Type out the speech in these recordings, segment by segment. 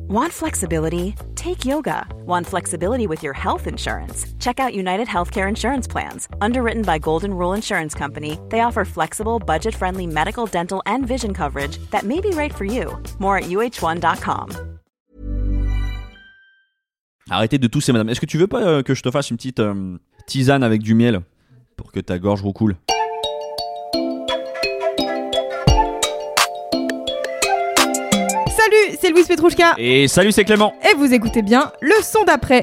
Want flexibility? Take yoga. Want flexibility with your health insurance? Check out United Healthcare Insurance Plans. Underwritten by Golden Rule Insurance Company, they offer flexible, budget-friendly medical, dental, and vision coverage that may be right for you. More at uh1.com. Arrêtez de tousser, madame. Est-ce que tu veux pas que je te fasse une petite tisane avec du miel pour que ta gorge recoule? Salut, c'est Louise Petrouchka. Et salut, c'est Clément. Et vous écoutez bien le son d'après.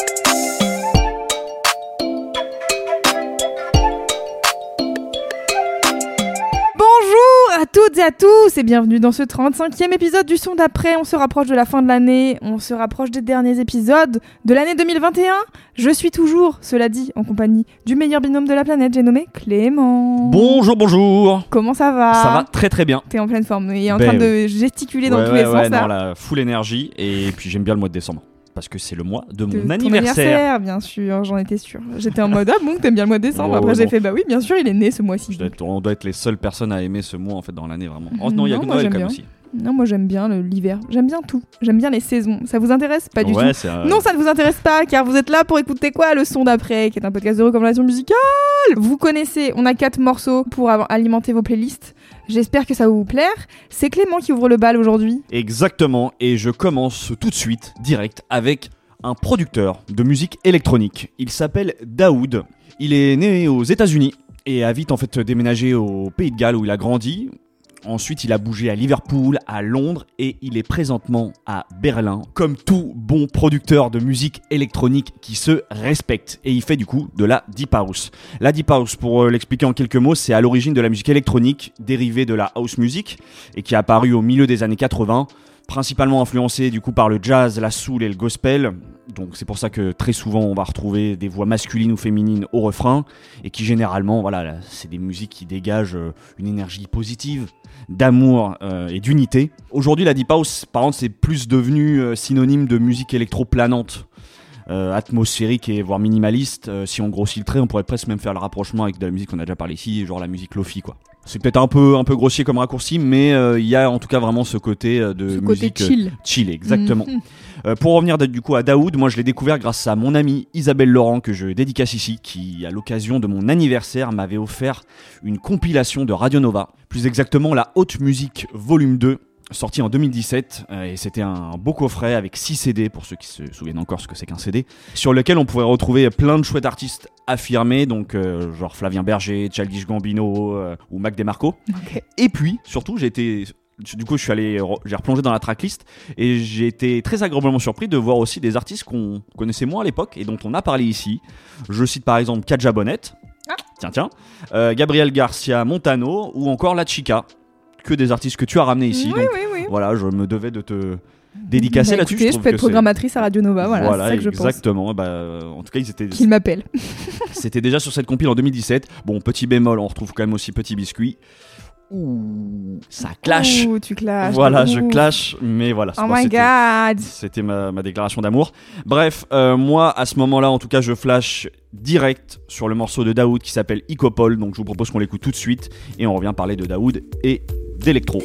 Bonjour à toutes et à tous et bienvenue dans ce 35e épisode du son d'après. On se rapproche de la fin de l'année, on se rapproche des derniers épisodes de l'année 2021. Je suis toujours, cela dit, en compagnie du meilleur binôme de la planète, j'ai nommé Clément. Bonjour. Comment ça va ? Ça va très très bien. T'es en pleine forme et en train de gesticuler dans tous les sens là. Non, la full énergie et puis j'aime bien le mois de décembre. Parce que c'est le mois de mon ton anniversaire. Bien sûr, j'en étais sûre. J'étais en mode, ah bon, t'aimes bien le mois de décembre. Après, non. j'ai fait, bah oui, bien sûr, il est né ce mois-ci. On doit être les seules personnes à aimer ce mois en fait dans l'année vraiment. Oh non, il y a que Noël quand même aussi. Non, moi j'aime bien l'hiver. J'aime bien tout. J'aime bien les saisons. Ça vous intéresse ? Pas du tout. Non, ça ne vous intéresse pas, car vous êtes là pour écouter quoi ? Le son d'après, qui est un podcast de recommandations musicales. Vous connaissez, on a 4 morceaux pour alimenter vos playlists. J'espère que ça va vous plaire. C'est Clément qui ouvre le bal aujourd'hui. Exactement, et je commence tout de suite, direct, avec un producteur de musique électronique. Il s'appelle Daoud. Il est né aux États-Unis et a vite en fait déménagé au Pays de Galles où il a grandi. Ensuite, il a bougé à Liverpool, à Londres et il est présentement à Berlin, comme tout bon producteur de musique électronique qui se respecte. Et il fait du coup de la Deep House. La Deep House, pour l'expliquer en quelques mots, c'est à l'origine de la musique électronique dérivée de la house music et qui est apparue au milieu des années 80. Principalement influencé du coup par le jazz, la soul et le gospel. Donc c'est pour ça que très souvent on va retrouver des voix masculines ou féminines au refrain et qui généralement, voilà, c'est des musiques qui dégagent une énergie positive, d'amour et d'unité. Aujourd'hui la Deep House, par contre, c'est plus devenu synonyme de musique électro-planante. Atmosphérique et voire minimaliste. Si on grossit le trait, on pourrait presque même faire le rapprochement avec de la musique qu'on a déjà parlé ici, genre la musique lofi quoi. C'est peut-être un peu grossier comme raccourci, mais il y a en tout cas vraiment ce côté de musique chill, exactement. Pour revenir du coup à Daoud, moi je l'ai découvert grâce à mon amie Isabelle Laurent que je dédicace ici, qui à l'occasion de mon anniversaire m'avait offert une compilation de Radio Nova, plus exactement la Haute Musique Volume 2. Sorti en 2017, et c'était un beau coffret avec 6 CD, pour ceux qui se souviennent encore ce que c'est qu'un CD, sur lequel on pourrait retrouver plein de chouettes artistes affirmés, donc genre Flavien Berger, Childish Gambino ou Mac DeMarco. Okay. Et puis, surtout, j'ai replongé dans la tracklist, et j'ai été très agréablement surpris de voir aussi des artistes qu'on connaissait moins à l'époque, et dont on a parlé ici. Je cite par exemple Kadja Bonnet, Gabriel Garcia Montano, ou encore La Chica. Que des artistes que tu as ramenés ici. Oui. Voilà, je me devais de te dédicacer là-dessus. Écoutez, je peux être programmatrice à Radio Nova, voilà c'est ça que je pense. Exactement. En tout cas, ils étaient. Qu'il m'appelle. C'était déjà sur cette compile en 2017. Bon, petit bémol, on retrouve quand même aussi Petit Biscuit. Ouh, ça clash. Ouh, tu clashes. Voilà, je clash, mais voilà. Oh my god. C'était ma déclaration d'amour. Bref, moi, à ce moment-là, en tout cas, je flash direct sur le morceau de Daoud qui s'appelle Icopole. Donc, je vous propose qu'on l'écoute tout de suite et on revient parler de Daoud et d'électro.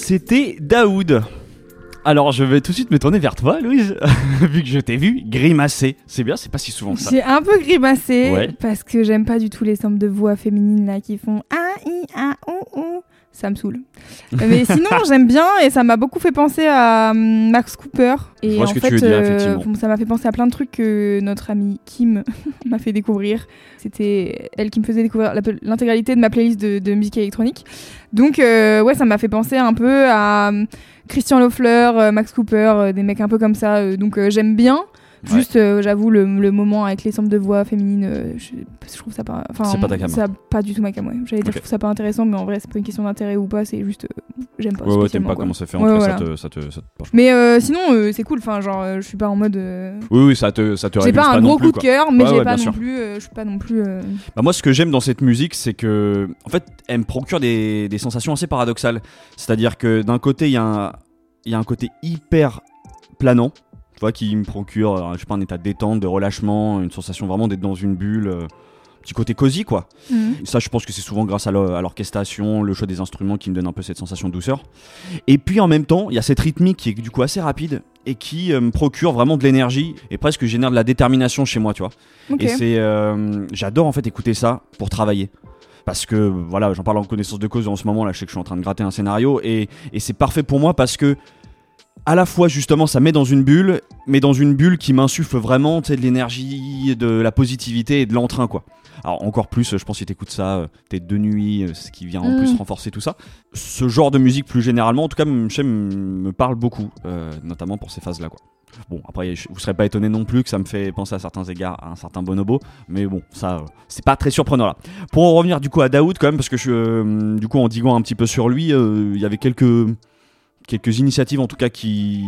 c'était Daoud. Alors, je vais tout de suite me tourner vers toi, Louise, vu que je t'ai vu grimacer. C'est bien, c'est pas si souvent que ça. J'ai un peu grimacé parce que j'aime pas du tout les samples de voix féminines là qui font ah, i, ah, ou. Ça me saoule. Mais sinon, j'aime bien et ça m'a beaucoup fait penser à Max Cooper. Et je vois ce que tu veux dire, effectivement. Ça m'a fait penser à plein de trucs que notre amie Kim m'a fait découvrir. C'était elle qui me faisait découvrir l'intégralité de ma playlist de musique électronique. Donc, ça m'a fait penser un peu à Christian Loeffler, Max Cooper, des mecs un peu comme ça. Donc, j'aime bien. Juste, j'avoue, le moment avec les samples de voix féminines, je trouve ça pas. C'est pas ta cam. C'est pas du tout ma cam, ouais. J'allais dire, je trouve ça pas intéressant, mais en vrai, c'est pas une question d'intérêt ou pas, c'est juste. J'aime pas. Ouais, t'aimes pas comment ça fait, en tout cas, ça te penche. Mais sinon, c'est cool, enfin, genre, je suis pas en mode. Oui, ça te j'ai pas un gros coup de cœur, mais j'ai pas non plus. Je suis pas non plus. Bah, moi, ce que j'aime dans cette musique, c'est que. En fait, elle me procure des sensations assez paradoxales. C'est-à-dire que d'un côté, il y a un côté hyper planant. Tu vois, qui me procure, je sais pas, un état de détente, de relâchement, une sensation vraiment d'être dans une bulle, petit côté cosy, quoi. Ça, je pense que c'est souvent grâce à l'orchestration, le choix des instruments qui me donne un peu cette sensation de douceur. Et puis en même temps, il y a cette rythmique qui est du coup assez rapide et qui me procure vraiment de l'énergie et presque génère de la détermination chez moi, tu vois. Et c'est, j'adore en fait écouter ça pour travailler. Parce que, voilà, j'en parle en connaissance de cause en ce moment, là, je sais que je suis en train de gratter un scénario et c'est parfait pour moi parce que à la fois justement ça met dans une bulle, mais dans une bulle qui m'insuffle vraiment de l'énergie, de la positivité et de l'entrain, quoi. Alors encore plus, je pense que si t'écoutes ça peut-être de nuit, ce qui vient en plus renforcer tout ça. Ce genre de musique plus généralement, en tout cas me parle beaucoup, notamment pour ces phases-là, quoi. Bon, après vous serez pas étonné non plus que ça me fait penser à certains égards à un certain Bonobo, mais bon, ça c'est pas très surprenant là. Pour en revenir du coup à Daoud quand même, parce que du coup en diguant un petit peu sur lui, il y avait quelques initiatives en tout cas que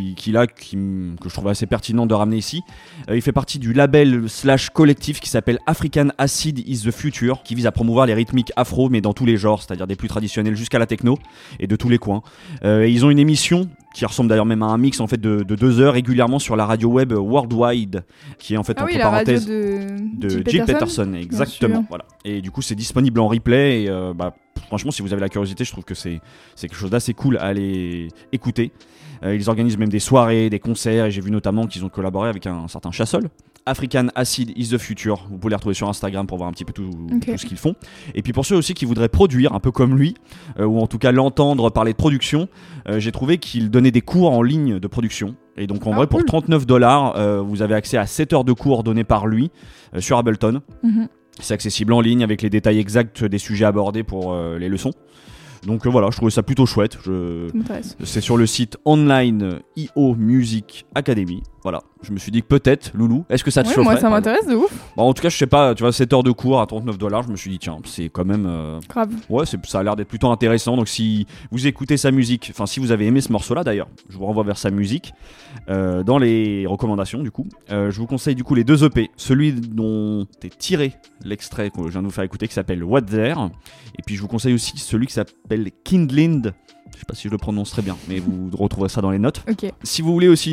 je trouvais assez pertinentes de ramener ici. Il fait partie du label / collectif qui s'appelle African Acid is the Future, qui vise à promouvoir les rythmiques afro mais dans tous les genres, c'est-à-dire des plus traditionnels jusqu'à la techno et de tous les coins. Et ils ont une émission qui ressemble d'ailleurs même à un mix en fait de 2 heures régulièrement sur la radio web Worldwide, qui est en fait entre parenthèses de Jill Peterson, exactement. Voilà. Et du coup c'est disponible en replay et franchement, si vous avez la curiosité, je trouve que c'est quelque chose d'assez cool à aller écouter. Ils organisent même des soirées, des concerts, et j'ai vu notamment qu'ils ont collaboré avec un certain Chassol. African Acid is the Future. Vous pouvez les retrouver sur Instagram pour voir un petit peu tout ce qu'ils font. Et puis pour ceux aussi qui voudraient produire, un peu comme lui, ou en tout cas l'entendre parler de production, j'ai trouvé qu'il donnait des cours en ligne de production. Et donc en vrai, pour $39, vous avez accès à 7 heures de cours donnés par lui sur Ableton. C'est accessible en ligne avec les détails exacts des sujets abordés pour les leçons. Donc voilà, je trouvais ça plutôt chouette. C'est sur le site online IO Music Academy. Voilà, je me suis dit que peut-être, Loulou, est-ce que ça te chaufferait? Moi ça m'intéresse de ouf. En tout cas, je sais pas, tu vois, 7 heures de cours à $39, je me suis dit tiens, c'est quand même grave. Ouais, ça a l'air d'être plutôt intéressant. Donc si vous écoutez sa musique, enfin si vous avez aimé ce morceau-là d'ailleurs, je vous renvoie vers sa musique dans les recommandations du coup. Je vous conseille du coup les 2 EP, celui dont est tiré l'extrait que je viens de vous faire écouter qui s'appelle What There, et puis je vous conseille aussi celui qui s'appelle Kindlind. Je sais pas si je le prononce très bien, mais vous retrouverez ça dans les notes. Si vous voulez aussi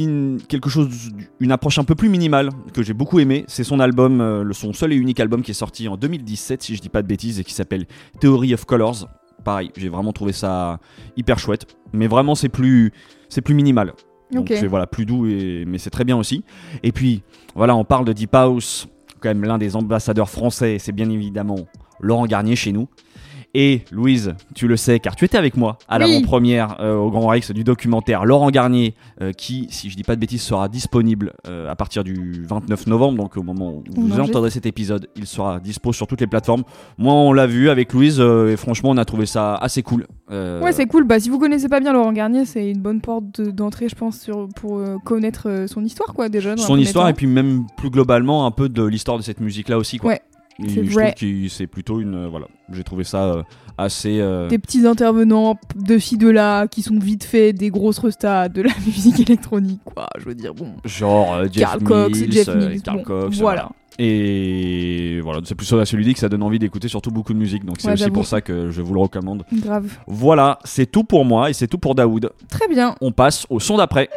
une approche un peu plus minimale, que j'ai beaucoup aimé, c'est son album, son seul et unique album qui est sorti en 2017, si je dis pas de bêtises, et qui s'appelle Theory of Colors. Pareil, j'ai vraiment trouvé ça hyper chouette, mais vraiment c'est plus minimal. Donc c'est plus doux, mais c'est très bien aussi. Et puis, voilà, on parle de Deep House, quand même l'un des ambassadeurs français, c'est bien évidemment Laurent Garnier chez nous. Et Louise, tu le sais car tu étais avec moi à l'avant-première au Grand Rex du documentaire Laurent Garnier qui, si je dis pas de bêtises, sera disponible à partir du 29 novembre. Donc au moment où vous entendrez cet épisode, il sera dispo sur toutes les plateformes. Moi on l'a vu avec Louise et franchement on a trouvé ça assez cool. Ouais, c'est cool. Si vous connaissez pas bien Laurent Garnier, c'est une bonne porte d'entrée, je pense, pour connaître son histoire, quoi, déjà. Son histoire et puis même plus globalement un peu de l'histoire de cette musique-là aussi, quoi. Ouais. Je trouve que c'est plutôt une j'ai trouvé ça assez des petits intervenants de ci de là qui sont vite fait des grosses restas de la musique électronique, quoi, je veux dire, bon, genre Jeff Mills, Carl Cox, voilà. Et voilà, c'est plus celui que ça donne envie d'écouter surtout beaucoup de musique, donc c'est aussi pour ça que je vous le recommande. Grave. Voilà, c'est tout pour moi et c'est tout pour Daoud. Très bien. On passe au son d'après.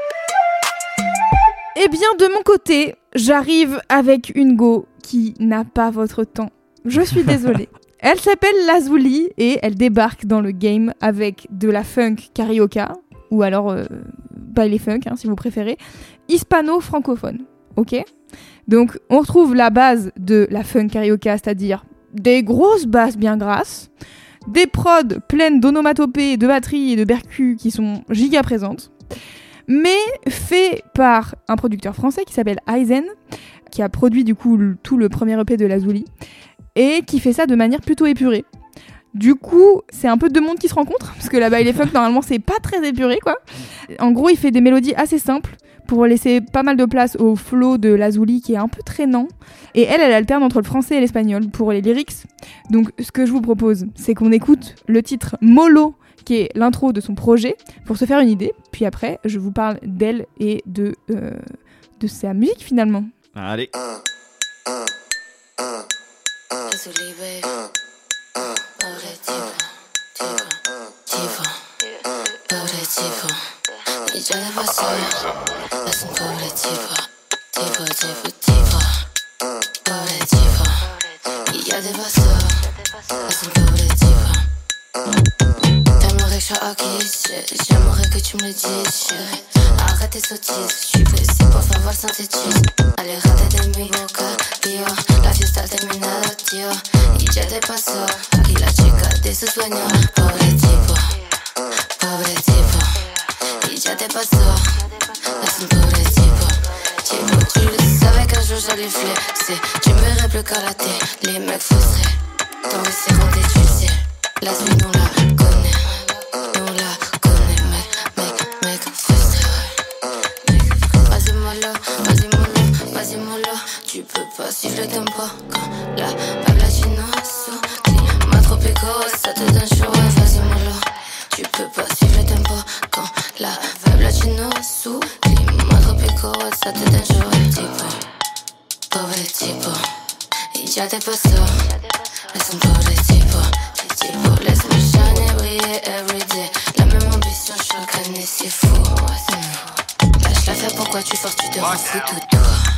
Eh bien, de mon côté, j'arrive avec une go qui n'a pas votre temps. Je suis désolée. Elle s'appelle Lazuli et elle débarque dans le game avec de la funk carioca, ou alors baile funk, si vous préférez, hispano-francophone. Ok ? Donc, on retrouve la base de la funk carioca, c'est-à-dire des grosses basses bien grasses, des prods pleines d'onomatopées, de batteries et de percus qui sont giga présentes, mais fait par un producteur français qui s'appelle Aizen, qui a produit du coup tout le premier EP de Lazuli, et qui fait ça de manière plutôt épurée. Du coup, c'est un peu deux mondes qui se rencontrent, parce que la baile funk, normalement, c'est pas très épuré, quoi. En gros, il fait des mélodies assez simples, pour laisser pas mal de place au flow de Lazuli, qui est un peu traînant. Et elle alterne entre le français et l'espagnol pour les lyrics. Donc, ce que je vous propose, c'est qu'on écoute le titre Molo, qui est l'intro de son projet, pour se faire une idée. Puis après, je vous parle d'elle et de sa musique, finalement. Allez. Y ya de paso, es un pobre tipo, pobre tipo. Y ya de paso, es un pobre tipo. T'aimerais que je sois acquise, j'aimerais que tu me le dises, chérie. Arrête tes sottises, j'suis pressée pour faire voir le synthétisme. Alejate de mi boca, tío, la fiesta terminada, tío. Y ya de paso, aquí la chica de sus sueños. Pobre tipo, pobre tipo. Y ya te pasó, es un pobre tipo. Tu le savais qu'un jour j'allais flexer. Tu me verrais plus qu'à la télé, les mecs frustrés. T'en veux c'est raté, tu le sais. La suite on la connaît, mec frustré. Vas-y mollo, tu peux pas suivre le tempo. Quand la vibe latino sous climat tropical, ça te donne chaud. Vas-y mollo, tu peux pas suivre le tempo. Quand la vibe latino sous climat tropical, ça te donne chaud. Pobre tipo, y ya te pasó. Es un pobre tipo, laisse-moi shine et briller everyday. La même ambition chaque année, c'est fou. Lâche l'affaire, pourquoi tu forces, tu te rends fou tout.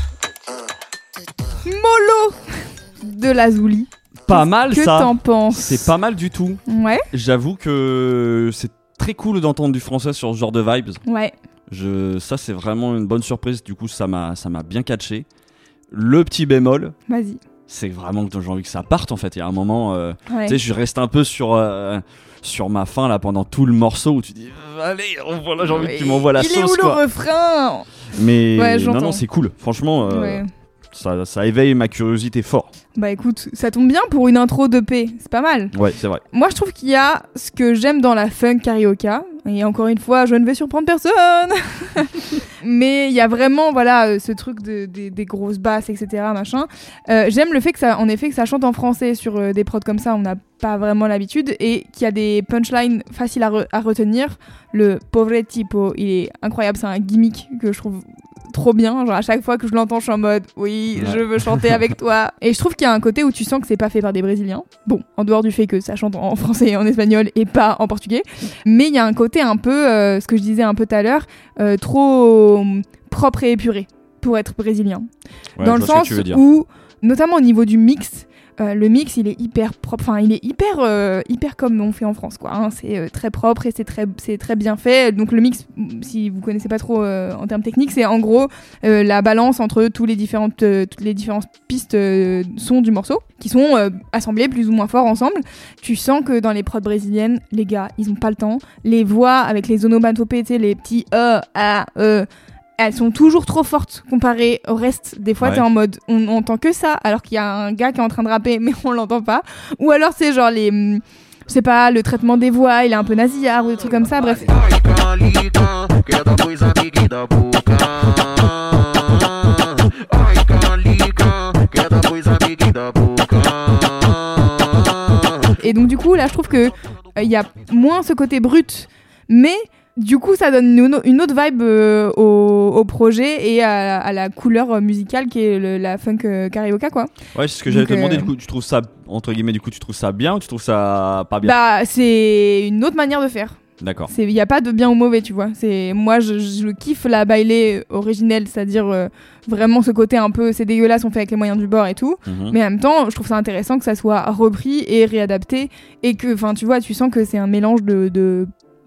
Molo de Lazuli. Pas mal ça. Que t'en penses ? C'est pas mal du tout. Ouais. J'avoue que c'est très cool d'entendre du français sur ce genre de vibes. Ouais. Ça c'est vraiment une bonne surprise. Du coup ça m'a bien catché. Le petit bémol. Vas-y. C'est vraiment que j'ai envie que ça parte en fait. Il y a un moment, tu sais, je reste un peu sur ma faim là pendant tout le morceau où tu dis allez, voilà, j'ai envie que tu m'envoies la sauce. Il est où quoi. le refrain ? Mais ouais, non, c'est cool. Franchement, ouais. ça éveille ma curiosité fort. Bah écoute, ça tombe bien pour une intro d'EP, c'est pas mal. Ouais, c'est vrai. Moi je trouve qu'il y a ce que j'aime dans la funk carioca, et encore une fois, je ne vais surprendre personne. Mais il y a vraiment ce truc des grosses basses, etc. machin. J'aime le fait que ça chante en français sur des prods comme ça, on n'a pas vraiment l'habitude, et qu'il y a des punchlines faciles à retenir. Le pauvre tipo, il est incroyable, c'est un gimmick que je trouve trop bien, genre à chaque fois que je l'entends je suis en mode oui, je veux chanter avec toi. Et je trouve qu'il y a un côté où tu sens que c'est pas fait par des Brésiliens, bon, en dehors du fait que ça chante en français et en espagnol et pas en portugais, mais il y a un côté un peu ce que je disais un peu tout à l'heure, trop propre et épuré pour être brésilien, dans le sens où notamment au niveau du mix, le mix il est hyper propre, enfin il est hyper comme on fait en France quoi, hein. C'est très propre et c'est très bien fait. Donc le mix, si vous connaissez pas trop en termes techniques, c'est en gros la balance entre toutes les différentes pistes sons du morceau qui sont assemblées plus ou moins fort ensemble. Tu sens que dans les prods brésiliennes, les gars ils ont pas le temps, les voix avec les onomatopées, tu sais, les petits elles sont toujours trop fortes comparées au reste. Des fois, t'es en mode, on entend que ça, alors qu'il y a un gars qui est en train de rapper, mais on l'entend pas. Ou alors, c'est genre je sais pas, le traitement des voix, il est un peu nasillard ou des trucs comme ça, bref. Et donc, du coup, là, je trouve que y a moins ce côté brut, mais du coup, ça donne une autre vibe au projet et à la couleur musicale qui est la funk carioca, quoi. Ouais, c'est ce que j'allais te demander. Du coup, tu trouves ça, entre guillemets, tu trouves ça bien ou tu trouves ça pas bien ? Bah, c'est une autre manière de faire. D'accord. Il n'y a pas de bien ou mauvais, tu vois. Moi, je kiffe la baile originelle, c'est-à-dire vraiment ce côté un peu, c'est dégueulasse, on fait avec les moyens du bord et tout. Mais en même temps, je trouve ça intéressant que ça soit repris et réadapté et que, enfin, tu vois, tu sens que c'est un mélange de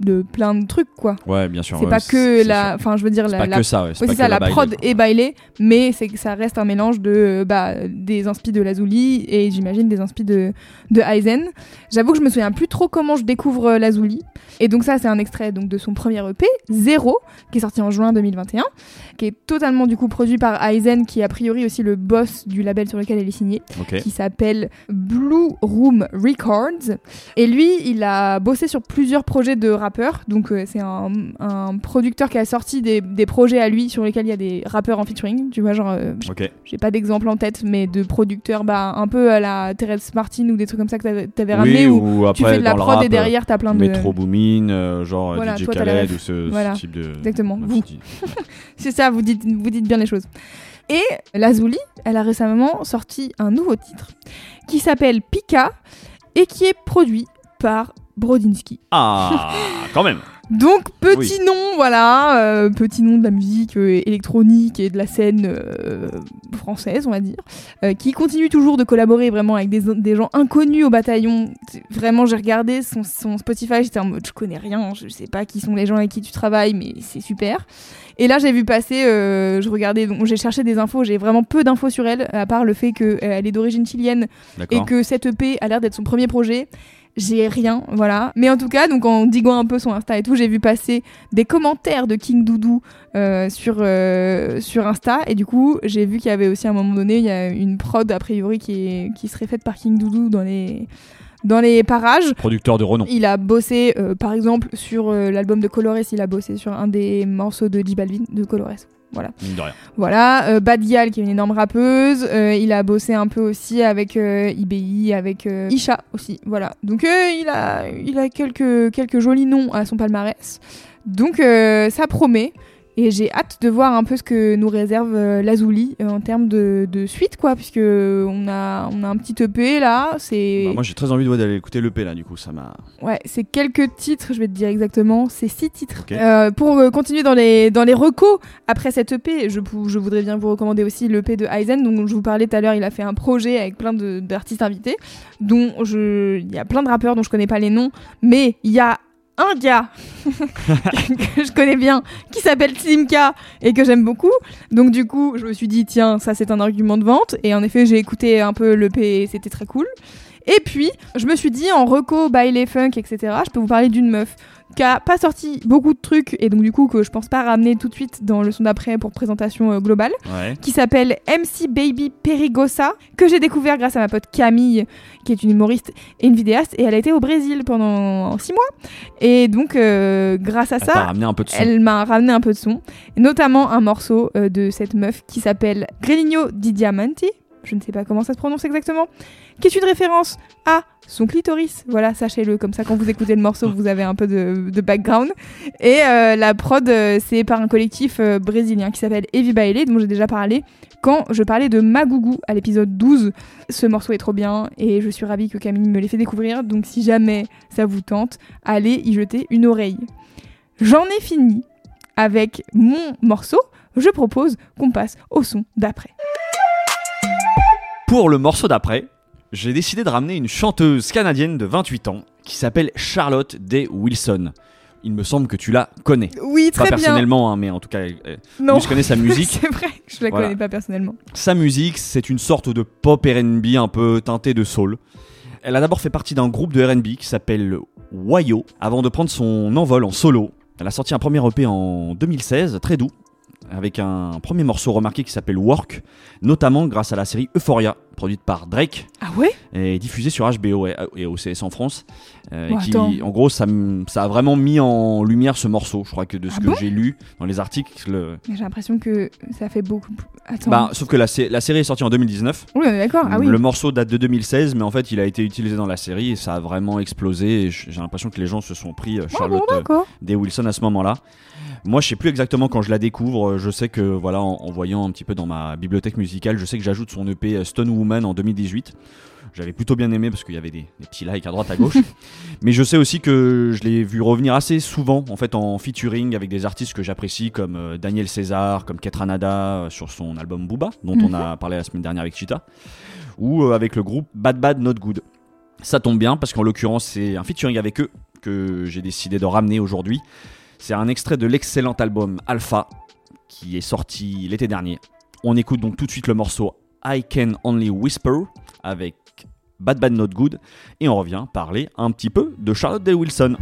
de plein de trucs, quoi. Ouais, bien sûr. C'est pas que la... Enfin, je veux dire, pas que ça, ouais. C'est ça, la prod est bailée, mais c'est que ça reste un mélange de des inspi de Lazuli et j'imagine des inspi de Aizen. J'avoue que je me souviens plus trop comment je découvre Lazuli. Et donc ça, c'est un extrait donc, de son premier EP, Zero, qui est sorti en juin 2021, qui est totalement du coup produit par Aizen, qui est a priori aussi le boss du label sur lequel elle est signée, qui s'appelle Blue Room Records. Et lui, il a bossé sur plusieurs projets de rappeurs. Donc c'est un producteur qui a sorti des projets à lui sur lesquels il y a des rappeurs en featuring. Tu vois, genre, j'ai pas d'exemple en tête, mais de producteurs un peu à la Terrence Martin ou des trucs comme ça que t'avais ramené, où tu fais de la prod et derrière t'as plein de... Metro Boomin, genre voilà, DJ Khaled ou ce type de... Exactement. C'est ça, vous dites bien les choses. Et Lazuli, elle a récemment sorti un nouveau titre qui s'appelle Pika et qui est produit par Brodinski. Ah, quand même. Donc petit nom, voilà, petit nom de la musique électronique et de la scène française, on va dire, qui continue toujours de collaborer vraiment avec des gens inconnus au bataillon. Vraiment, j'ai regardé son Spotify, j'étais en mode je connais rien, je sais pas qui sont les gens avec qui tu travailles, mais c'est super. Et là, j'ai vu passer, je regardais, donc j'ai cherché des infos, j'ai vraiment peu d'infos sur elle, à part le fait qu'elle est d'origine chilienne et que cette EP a l'air d'être son premier projet. J'ai rien, voilà. Mais en tout cas, donc en diguant un peu son Insta et tout, j'ai vu passer des commentaires de King Doudou sur Insta. Et du coup, j'ai vu qu'il y avait aussi à un moment donné, il y a une prod a priori qui serait faite par King Doudou dans les parages. Producteur de renom. Il a bossé, par exemple, sur l'album de Colores, il a bossé sur un des morceaux de J Balvin de Colores. Voilà. Mine de rien. Voilà, Bad Gyal qui est une énorme rappeuse, il a bossé un peu aussi avec IBI, avec Isha aussi, voilà. Donc il a quelques jolis noms à son palmarès. Donc ça promet. Et j'ai hâte de voir un peu ce que nous réserve Lazuli en termes de suite, quoi, puisque on a un petit EP là. Moi j'ai très envie d'aller écouter l'EP là, du coup ça m'a. Ouais, c'est quelques titres, je vais te dire exactement, c'est 6 titres. Pour continuer dans les recos après cet EP, je voudrais bien vous recommander aussi l'EP de Aizen, dont je vous parlais tout à l'heure. Il a fait un projet avec plein d'artistes invités, il y a plein de rappeurs dont je connais pas les noms, mais il y a un gars que je connais bien qui s'appelle Slimka et que j'aime beaucoup, donc du coup je me suis dit tiens, ça c'est un argument de vente, et en effet j'ai écouté un peu l'EP et c'était très cool. Et puis je me suis dit en reco, baile, funk, etc., je peux vous parler d'une meuf qui a pas sorti beaucoup de trucs et donc du coup que je pense pas ramener tout de suite dans le son d'après pour présentation globale, qui s'appelle MC Baby Perigosa, que j'ai découvert grâce à ma pote Camille, qui est une humoriste et une vidéaste, et elle a été au Brésil pendant 6 mois, et donc grâce à ça elle m'a ramené un peu de son, et notamment un morceau de cette meuf qui s'appelle Grelinho di Diamanti, je ne sais pas comment ça se prononce exactement, qui est une référence à son clitoris, voilà, sachez-le, comme ça quand vous écoutez le morceau vous avez un peu de background. Et la prod c'est par un collectif brésilien qui s'appelle Heavy Baile, dont j'ai déjà parlé quand je parlais de Magougou à l'épisode 12. Ce morceau est trop bien et je suis ravie que Camille me l'ait fait découvrir, donc si jamais ça vous tente, allez y jeter une oreille. J'en ai fini avec mon morceau, je propose qu'on passe au son d'après. Pour le morceau d'après, j'ai décidé de ramener une chanteuse canadienne de 28 ans qui s'appelle Charlotte Day Wilson. Il me semble que tu la connais. Oui, très bien. Pas personnellement, hein, mais en tout cas, je connais sa musique. C'est vrai que je la connais pas personnellement. Sa musique, c'est une sorte de pop R&B un peu teinté de soul. Elle a d'abord fait partie d'un groupe de R&B qui s'appelle Wayo, avant de prendre son envol en solo. Elle a sorti un premier EP en 2016, très doux, avec un premier morceau remarqué qui s'appelle Work, notamment grâce à la série Euphoria, produite par Drake. Ah ouais ? Et diffusée sur HBO et OCS en France. En gros, ça a vraiment mis en lumière ce morceau. Je crois que de ce que j'ai lu dans les articles. Mais j'ai l'impression que ça fait beaucoup. Attends. Sauf que la série est sortie en 2019. Oui, d'accord. Ah oui. Le morceau date de 2016, mais en fait, il a été utilisé dans la série et ça a vraiment explosé. Et j'ai l'impression que les gens se sont pris Charlotte Day Wilson à ce moment-là. Moi, je sais plus exactement quand je la découvre. Je sais que, voilà, en voyant un petit peu dans ma bibliothèque musicale, je sais que j'ajoute son EP Stone Woman en 2018. J'avais plutôt bien aimé parce qu'il y avait des petits likes à droite à gauche. Mais je sais aussi que je l'ai vu revenir assez souvent en fait en featuring avec des artistes que j'apprécie comme Daniel César, comme Ketranada sur son album Booba, dont on a parlé la semaine dernière avec Chita, ou avec le groupe Bad Bad Not Good. Ça tombe bien parce qu'en l'occurrence c'est un featuring avec eux que j'ai décidé de ramener aujourd'hui. C'est un extrait de l'excellent album Alpha qui est sorti l'été dernier. On écoute donc tout de suite le morceau I Can Only Whisper avec Bad Bad Not Good et on revient parler un petit peu de Charlotte Day Wilson.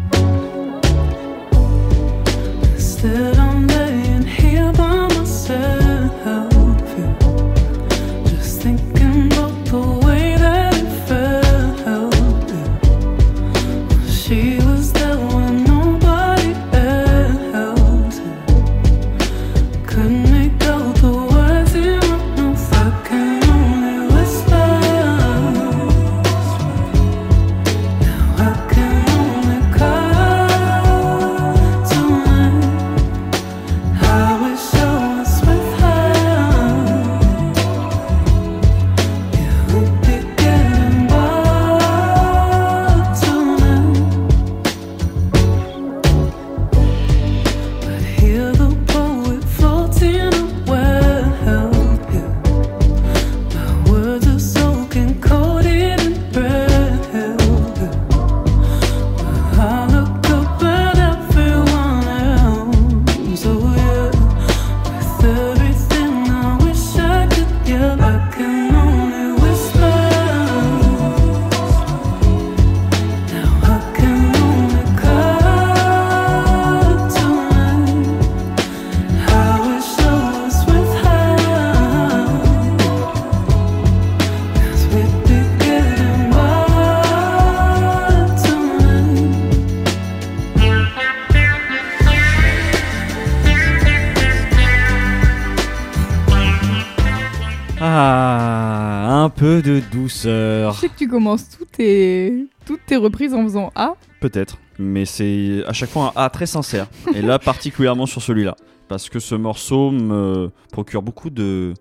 Ah, un peu de douceur. Je sais que tu commences toutes tes reprises en faisant A. Peut-être, mais c'est à chaque fois un A très sincère. Et là, particulièrement sur celui-là. Parce que ce morceau me procure beaucoup de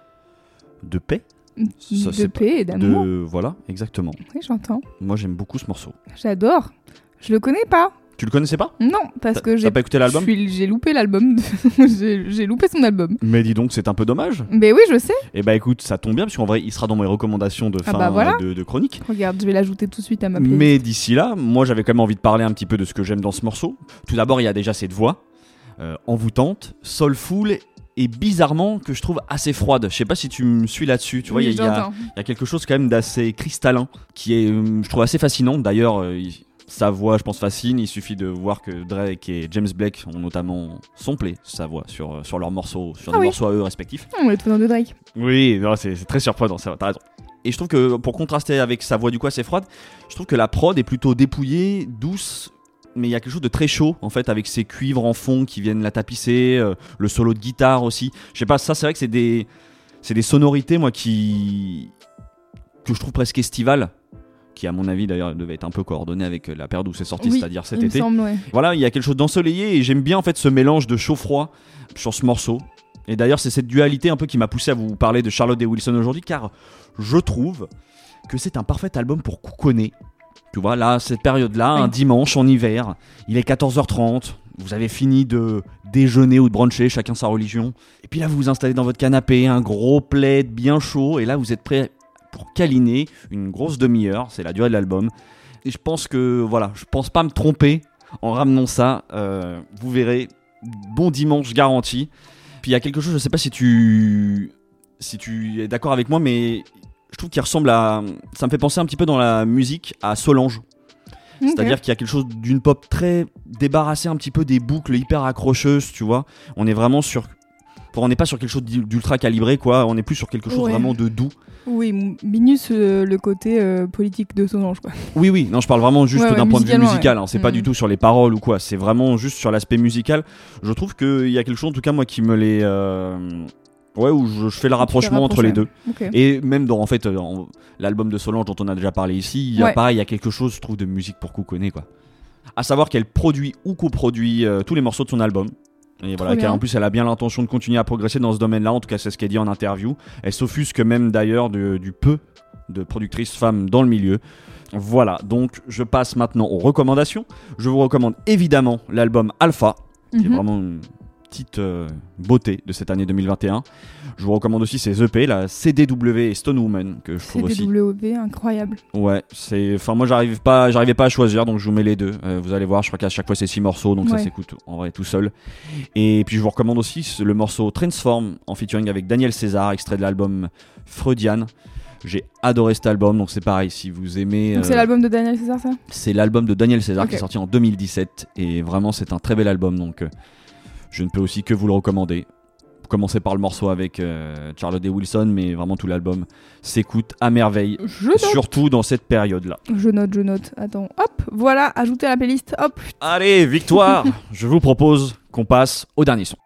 paix. De paix et d'amour. Voilà, exactement. Oui, j'entends. Moi, j'aime beaucoup ce morceau. J'adore. Je le connais pas. Tu le connaissais pas ? Non, parce que t'as pas écouté l'album ? J'ai loupé l'album. J'ai loupé son album. Mais dis donc, c'est un peu dommage. Mais oui, je sais. Et bah écoute, ça tombe bien, parce qu'en vrai, il sera dans mes recommandations de fin voilà. de chronique. Regarde, je vais l'ajouter tout de suite à ma playlist. Mais d'ici là, moi j'avais quand même envie de parler un petit peu de ce que j'aime dans ce morceau. Tout d'abord, il y a déjà cette voix envoûtante, soulful et bizarrement que je trouve assez froide. Je sais pas si tu me suis là-dessus. Tu vois, il y a quelque chose quand même d'assez cristallin qui est, je trouve, assez fascinant. D'ailleurs, sa voix, je pense, fascine. Il suffit de voir que Drake et James Blake ont notamment samplé sa voix sur leurs morceaux, sur des morceaux à eux respectifs. On est tout dans de Drake. Oui, non, c'est très surprenant, t'as raison. Et je trouve que pour contraster avec sa voix du coup assez froide, je trouve que la prod est plutôt dépouillée, douce, mais il y a quelque chose de très chaud en fait avec ces cuivres en fond qui viennent la tapisser, le solo de guitare aussi. Je sais pas, ça c'est vrai que c'est des sonorités moi que je trouve presque estivales. Qui à mon avis d'ailleurs devait être un peu coordonné avec la période où c'est sorti, c'est-à-dire cet été. Semble, ouais. Voilà, il y a quelque chose d'ensoleillé et j'aime bien en fait ce mélange de chaud-froid sur ce morceau. Et d'ailleurs c'est cette dualité un peu qui m'a poussé à vous parler de Charlotte Day Wilson aujourd'hui, car je trouve que c'est un parfait album pour couconner. Tu vois, là, cette période-là, un dimanche en hiver, il est 14h30, vous avez fini de déjeuner ou de bruncher, chacun sa religion. Et puis là, vous vous installez dans votre canapé, un gros plaid bien chaud, et là, vous êtes prêt pour câliner une grosse demi-heure, c'est la durée de l'album. Et je pense pas me tromper en ramenant ça. Vous verrez, bon dimanche garanti. Puis il y a quelque chose, je sais pas si tu es d'accord avec moi, mais je trouve qu'il ressemble à... Ça me fait penser un petit peu dans la musique à Solange. Okay. C'est-à-dire qu'il y a quelque chose d'une pop très débarrassée un petit peu des boucles hyper accrocheuses, tu vois. On est vraiment on n'est pas sur quelque chose d'ultra calibré, quoi. On est plus sur quelque chose vraiment de doux. Oui, minus le côté politique de Solange, quoi. Oui, non, je parle vraiment juste d'un point de vue musical. Hein. C'est pas du tout sur les paroles ou quoi. C'est vraiment juste sur l'aspect musical. Je trouve qu'il y a quelque chose, en tout cas, moi, qui me les... où je fais le rapprochement entre les deux. Okay. Et même dans l'album de Solange dont on a déjà parlé ici, il y a quelque chose, je trouve, de musique pour couconner, quoi. À savoir qu'elle produit ou coproduit tous les morceaux de son album. Et voilà, en plus elle a bien l'intention de continuer à progresser dans ce domaine-là, en tout cas c'est ce qu'elle dit en interview. Elle s'offusque même d'ailleurs du peu de productrices femmes dans le milieu. Voilà, donc je passe maintenant aux recommandations. Je vous recommande évidemment l'album Alpha, qui est vraiment petite beauté de cette année 2021. Je vous recommande aussi ces EP, la CDW et Stone Woman, que je trouve aussi. CDW, incroyable. Ouais, moi j'arrivais pas à choisir, donc je vous mets les deux. Vous allez voir, je crois qu'à chaque fois c'est 6 morceaux, donc ça s'écoute en vrai tout seul. Et puis je vous recommande aussi le morceau Transform en featuring avec Daniel César, extrait de l'album Freudian. J'ai adoré cet album, donc c'est pareil, si vous aimez... Donc c'est l'album de Daniel César, ça ? C'est l'album de Daniel César qui est sorti en 2017, et vraiment c'est un très bel album, donc je ne peux aussi que vous le recommander. Commencez par le morceau avec Charlotte D. Wilson, mais vraiment tout l'album s'écoute à merveille, surtout dans cette période-là. Je note, attends, hop, voilà, ajouté à la playlist, hop. Allez, victoire. Je vous propose qu'on passe au dernier son.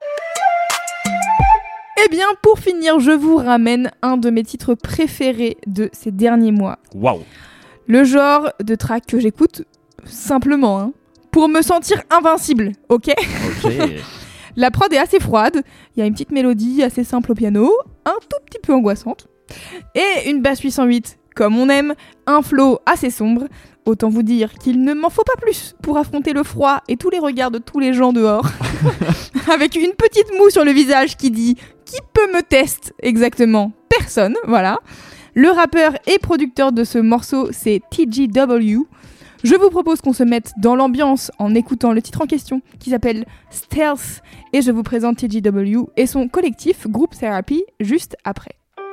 Eh bien, pour finir, je vous ramène un de mes titres préférés de ces derniers mois. Waouh. Le genre de track que j'écoute simplement, pour me sentir invincible, ok. La prod est assez froide, il y a une petite mélodie assez simple au piano, un tout petit peu angoissante, et une basse 808 comme on aime, un flow assez sombre. Autant vous dire qu'il ne m'en faut pas plus pour affronter le froid et tous les regards de tous les gens dehors. Avec une petite moue sur le visage qui dit « Qui peut me tester ?» Exactement, personne, voilà. Le rappeur et producteur de ce morceau, c'est TGW. Je vous propose qu'on se mette dans l'ambiance en écoutant le titre en question, qui s'appelle Stealth, et je vous présente TGW et son collectif Group Therapy juste après.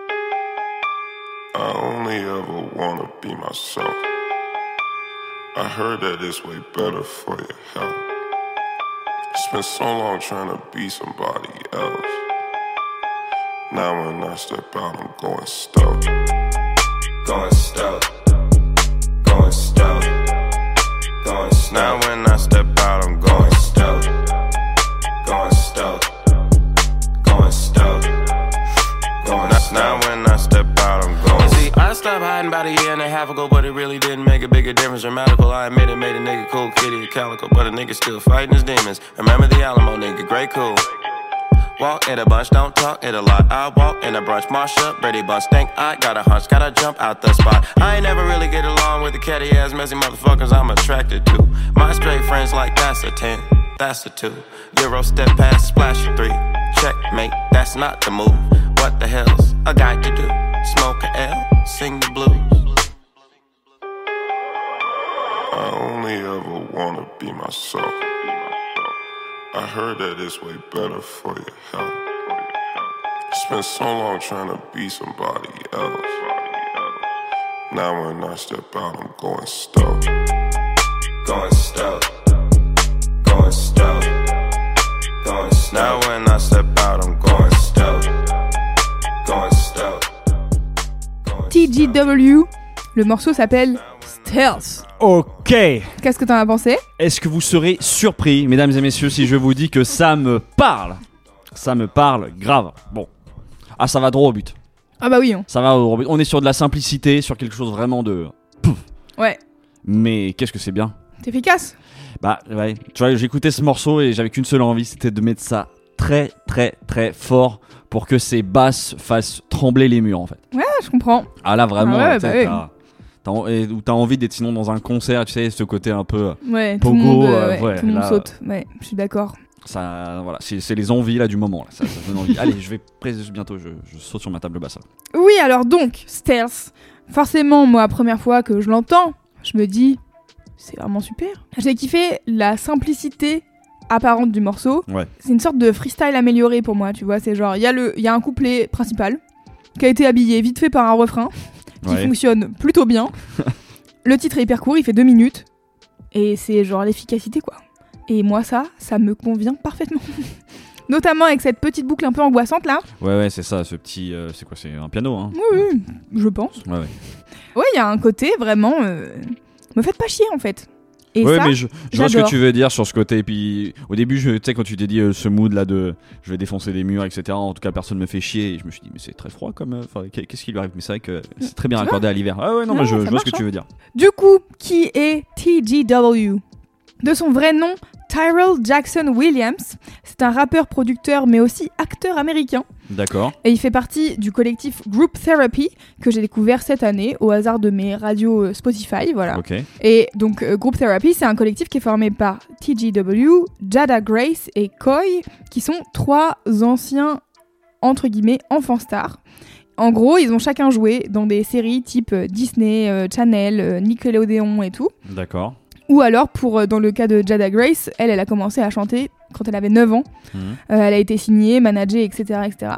I only ever wanna be myself. I heard that it's way better for your health. Spent so long trying to be somebody else. Now when I step out, I'm going stealth. Going stealth. Going stealth. Going stealth. Now when I step out, I'm going stealth. Going stealth. Going stealth. Going stealth. Now when I step out, I'm going. See, I stopped hiding about a year and a half ago, but it really didn't make a bigger difference. Dramatical, I admit it made a nigga cool, kitty a calico, but a nigga still fighting his demons. Remember the Alamo nigga, great cool. Walk in a bunch, don't talk it a lot. I walk in a brunch, marsh up, ready bust. Think I got a hunch, gotta jump out the spot. I ain't never really get along with the catty ass messy motherfuckers I'm attracted to. My straight friends like that's a 10, that's a 2. Euro step past, splash a 3. Checkmate, that's not the move. What the hell's a guy to do? Smoke a L, sing the blues. I only ever wanna be myself. I heard that it's way better for your health. Spent so long trying to be somebody else. Now when I step out, I'm going stealth. Going stealth. Going stealth. Going stealth. Now when I step out, I'm going stealth. Going stealth. TGW, le morceau s'appelle Stealth. Ok. Qu'est-ce que t'en as pensé ? Est-ce que vous serez surpris, mesdames et messieurs, si je vous dis que ça me parle ? Ça me parle grave. Bon. Ah, ça va droit au but. Ah bah oui. Ça va droit au but. On est sur de la simplicité, sur quelque chose vraiment de... Pouf. Ouais. Mais qu'est-ce que c'est bien. C'est efficace. Bah ouais. Tu vois, j'écoutais ce morceau et j'avais qu'une seule envie, c'était de mettre ça très très très fort pour que ces basses fassent trembler les murs en fait. Ouais, je comprends. Ah là vraiment, ah ouais, t'as envie d'être sinon dans un concert, tu sais, ce côté un peu ouais, pogo, tout le monde, tout le monde là, saute. Ouais, je suis d'accord. Ça, voilà, c'est les envies là du moment. Là. Ça donne envie. Allez, je vais bientôt, je saute sur ma table basse. Là. Oui, alors donc, Stealth. Forcément, moi, première fois que je l'entends, je me dis, c'est vraiment super. J'ai kiffé la simplicité apparente du morceau. Ouais. C'est une sorte de freestyle amélioré pour moi, tu vois. C'est genre, il y a un couplet principal qui a été habillé vite fait par un refrain qui fonctionne plutôt bien. Le titre est hyper court, il fait 2 minutes. Et c'est genre l'efficacité, quoi. Et moi, ça me convient parfaitement. Notamment avec cette petite boucle un peu angoissante, là. Ouais, c'est ça, ce petit... c'est quoi, c'est un piano, hein ? Oui, je pense. Ouais. Ouais, il y a un côté vraiment... me faites pas chier, en fait. Et ouais, ça, mais je vois ce que tu veux dire sur ce côté. Et puis, au début, tu sais, quand tu t'es dit ce mood là de je vais défoncer des murs, etc. En tout cas, personne me fait chier. Et je me suis dit, mais c'est très froid comme. Qu'est-ce qui lui arrive ? Mais c'est vrai que c'est très bien raccordé à l'hiver. Ah ouais, non, mais je vois ce que tu veux dire. Du coup, qui est TGW ? De son vrai nom, Tyrell Jackson Williams. C'est C'est un rappeur, producteur, mais aussi acteur américain. D'accord. Et il fait partie du collectif Group Therapy, que j'ai découvert cette année, au hasard de mes radios Spotify, voilà. Okay. Et donc, Group Therapy, c'est un collectif qui est formé par TGW, Jada Grace et Koi, qui sont 3 anciens, entre guillemets, enfants stars. En gros, ils ont chacun joué dans des séries type Disney, Channel, Nickelodeon et tout. D'accord. Ou alors, dans le cas de Jada Grace, elle a commencé à chanter quand elle avait 9 ans. Elle a été signée, managée, etc., etc.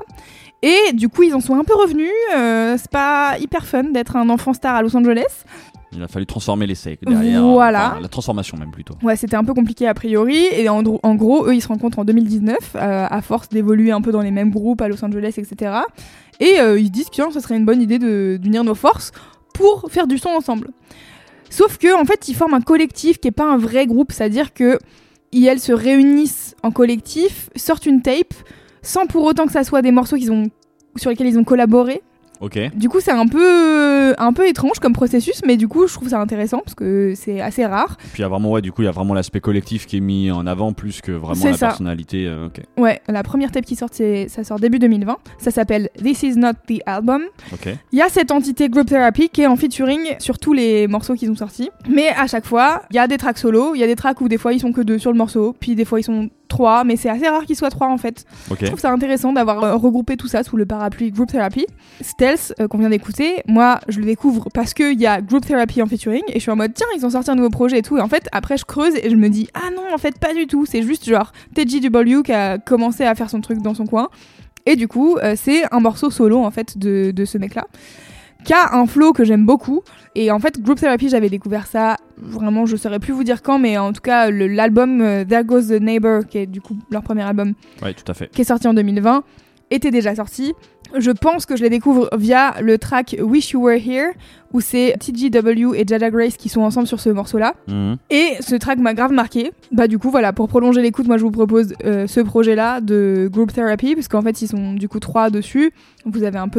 Et du coup, ils en sont un peu revenus. C'est pas hyper fun d'être un enfant star à Los Angeles. Il a fallu transformer l'essai derrière. Voilà. La transformation même plutôt. Ouais, c'était un peu compliqué a priori. Et en gros, eux, ils se rencontrent en 2019, à force d'évoluer un peu dans les mêmes groupes à Los Angeles, etc. Et ils disent que ça serait une bonne idée d'unir nos forces pour faire du son ensemble. Sauf que en fait, ils forment un collectif qui est pas un vrai groupe, c'est-à-dire que elles se réunissent en collectif, sortent une tape, sans pour autant que ça soit des morceaux sur lesquels ils ont collaboré. Ok. Du coup, c'est un peu étrange comme processus, mais du coup, je trouve ça intéressant parce que c'est assez rare. Puis il y a vraiment l'aspect collectif qui est mis en avant plus que vraiment la personnalité. Okay. Ouais, la première tape qui sort, ça sort début 2020. Ça s'appelle This Is Not The Album. Ok. Il y a cette entité Group Therapy qui est en featuring sur tous les morceaux qu'ils ont sortis. Mais à chaque fois, il y a des tracks solo. Il y a des tracks où des fois ils sont que 2 sur le morceau, puis des fois ils sont 3, mais c'est assez rare qu'ils soient 3 en fait. Okay. Je trouve ça intéressant d'avoir regroupé tout ça sous le parapluie Group Therapy. Stealth, qu'on vient d'écouter, moi je le découvre parce qu'il y a Group Therapy en featuring et je suis en mode tiens, ils ont sorti un nouveau projet et tout. Et en fait, après je creuse et je me dis ah non, en fait pas du tout. C'est juste genre TGW qui a commencé à faire son truc dans son coin. Et du coup, c'est un morceau solo en fait de ce mec-là, qui a un flow que j'aime beaucoup. Et en fait, Group Therapy, j'avais découvert ça, vraiment, je saurais plus vous dire quand, mais en tout cas, l'album There Goes the Neighbor, qui est du coup leur premier album, ouais, tout à fait, qui est sorti en 2020, était déjà sorti. Je pense que je les découvre via le track Wish You Were Here, où c'est TGW et Jada Grace qui sont ensemble sur ce morceau-là. Et ce track m'a grave marqué. Bah du coup, voilà, pour prolonger l'écoute, moi je vous propose ce projet-là de Group Therapy, parce qu'en fait, ils sont du coup 3 dessus. Vous avez un peu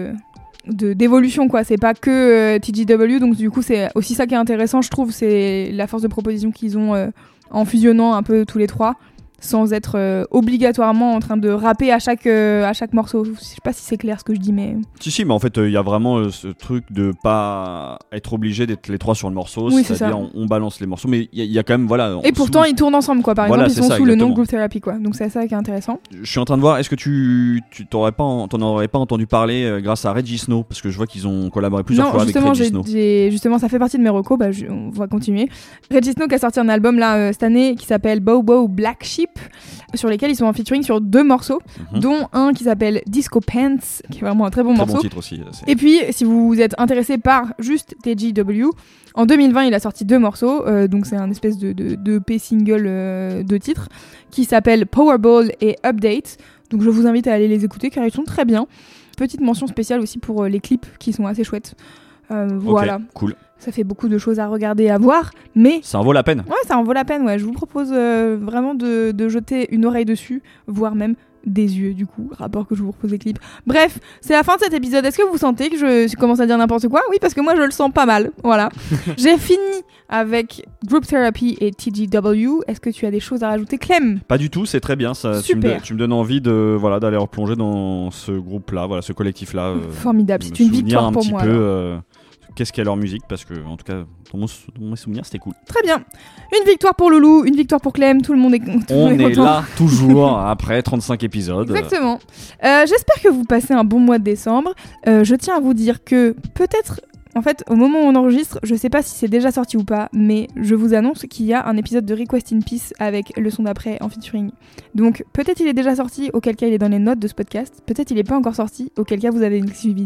d'évolution quoi, c'est pas que TGW, donc du coup c'est aussi ça qui est intéressant je trouve, c'est la force de proposition qu'ils ont en fusionnant un peu tous les 3 sans être obligatoirement en train de rapper à chaque morceau. Je sais pas si c'est clair ce que je dis, mais... Si, mais en fait, il y a vraiment ce truc de pas être obligé d'être les 3 sur le morceau, oui, c'est-à-dire on balance les morceaux, mais il y a quand même, voilà... Et pourtant, ils tournent ensemble, quoi. Par exemple, ils sont sous le nom de Group Therapy, quoi. Donc c'est ça qui est intéressant. Je suis en train de voir, est-ce que tu t'en aurais pas entendu parler grâce à Reggie Snow, parce que je vois qu'ils ont collaboré plusieurs fois avec Reggie Snow. Justement, ça fait partie de mes recos, on va continuer. Reggie Snow qui a sorti un album, là, cette année, qui s'appelle Bow Black Sheep, sur lesquels ils sont en featuring sur 2 morceaux, dont un qui s'appelle Disco Pants, qui est vraiment un très bon morceau. Bon titre aussi. Et puis, si vous êtes intéressé par juste TGW, en 2020, il a sorti 2 morceaux, donc c'est un espèce de EP single de titres, qui s'appelle Powerball et Update. Donc je vous invite à aller les écouter car ils sont très bien. Petite mention spéciale aussi pour les clips qui sont assez chouettes. Voilà. Cool. Ça fait beaucoup de choses à regarder et à voir, mais... Ça en vaut la peine. Ouais, ça en vaut la peine, ouais. Je vous propose vraiment de jeter une oreille dessus, voire même des yeux, du coup, rapport que je vous propose des clips. Bref, c'est la fin de cet épisode. Est-ce que vous sentez que je commence à dire n'importe quoi ? Oui, parce que moi, je le sens pas mal. Voilà. J'ai fini avec Group Therapy et TGW. Est-ce que tu as des choses à rajouter, Clem ? Pas du tout, c'est très bien. Ça, super. Tu me donnes envie d'aller replonger dans ce groupe-là, voilà, ce collectif-là. Formidable, c'est une victoire pour moi. Qu'est-ce qu'est leur musique, parce que en tout cas dans mes souvenirs c'était cool. Très bien, une victoire pour Loulou, une victoire pour Clem, tout le monde est content. On est là toujours après 35 épisodes. Exactement. J'espère que vous passez un bon mois de décembre. Je tiens à vous dire que peut-être, en fait, au moment où on enregistre, je sais pas si c'est déjà sorti ou pas, mais je vous annonce qu'il y a un épisode de Request in Peace avec le son d'après en featuring. Donc peut-être il est déjà sorti, auquel cas il est dans les notes de ce podcast. Peut-être il est pas encore sorti, auquel cas vous avez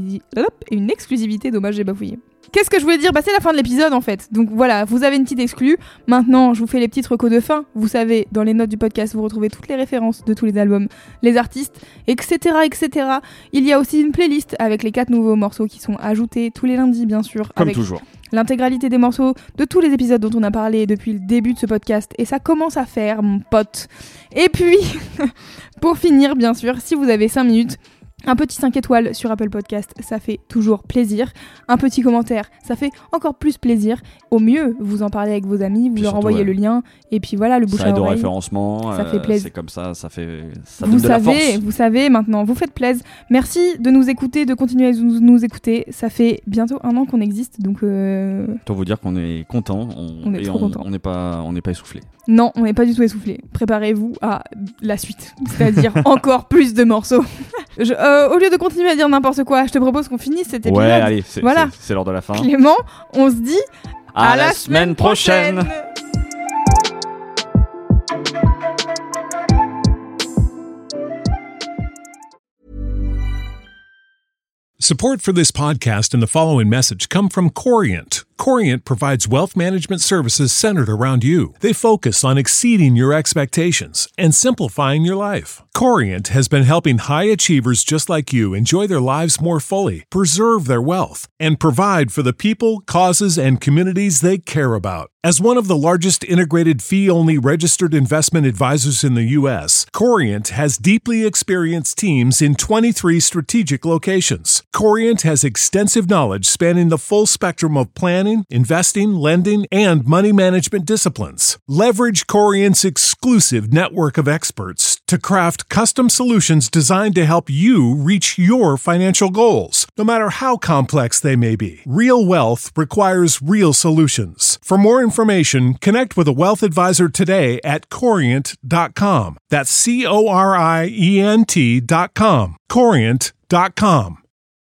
une exclusivité. Dommage, j'ai bafouillé. Qu'est-ce que je voulais dire ? C'est la fin de l'épisode en fait. Donc voilà, vous avez une petite exclue. Maintenant, je vous fais les petites recos de fin. Vous savez, dans les notes du podcast, vous retrouvez toutes les références de tous les albums, les artistes, etc., etc. Il y a aussi une playlist avec les 4 nouveaux morceaux qui sont ajoutés tous les lundis, bien sûr. Comme avec toujours. L'intégralité des morceaux de tous les épisodes dont on a parlé depuis le début de ce podcast. Et ça commence à faire, mon pote. Et puis, pour finir, bien sûr, si vous avez 5 minutes... Un petit 5 étoiles sur Apple Podcast, ça fait toujours plaisir. Un petit commentaire, ça fait encore plus plaisir. Au mieux, vous en parlez avec vos amis, vous leur envoyez le lien, et puis voilà, le bouche à oreille. Ça aide au référencement, ça fait plaisir. C'est comme ça, ça donne de la force. Vous savez maintenant, vous faites plaisir. Merci de nous écouter, de continuer à nous écouter. Ça fait bientôt 1 an qu'on existe, donc... Autant vous dire qu'on est content, on n'est pas essoufflé. Non, on n'est pas du tout essoufflé. Préparez-vous à la suite, c'est-à-dire encore plus de morceaux. Au lieu de continuer à dire n'importe quoi, je te propose qu'on finisse cet épisode. Ouais, allez, c'est l'heure de la fin. Clément, on se dit à la semaine prochaine. Support for this podcast and the following message come from Corient. Corient provides wealth management services centered around you. They focus on exceeding your expectations and simplifying your life. Corient has been helping high achievers just like you enjoy their lives more fully, preserve their wealth, and provide for the people, causes, and communities they care about. As one of the largest integrated fee-only registered investment advisors in the U.S., Corient has deeply experienced teams in 23 strategic locations. Corient has extensive knowledge spanning the full spectrum of planning, investing, lending, and money management disciplines. Leverage Corient's exclusive network of experts to craft custom solutions designed to help you reach your financial goals, no matter how complex they may be. Real wealth requires real solutions. For more information, connect with a wealth advisor today at Corient.com. That's Corient.com. Corient.com.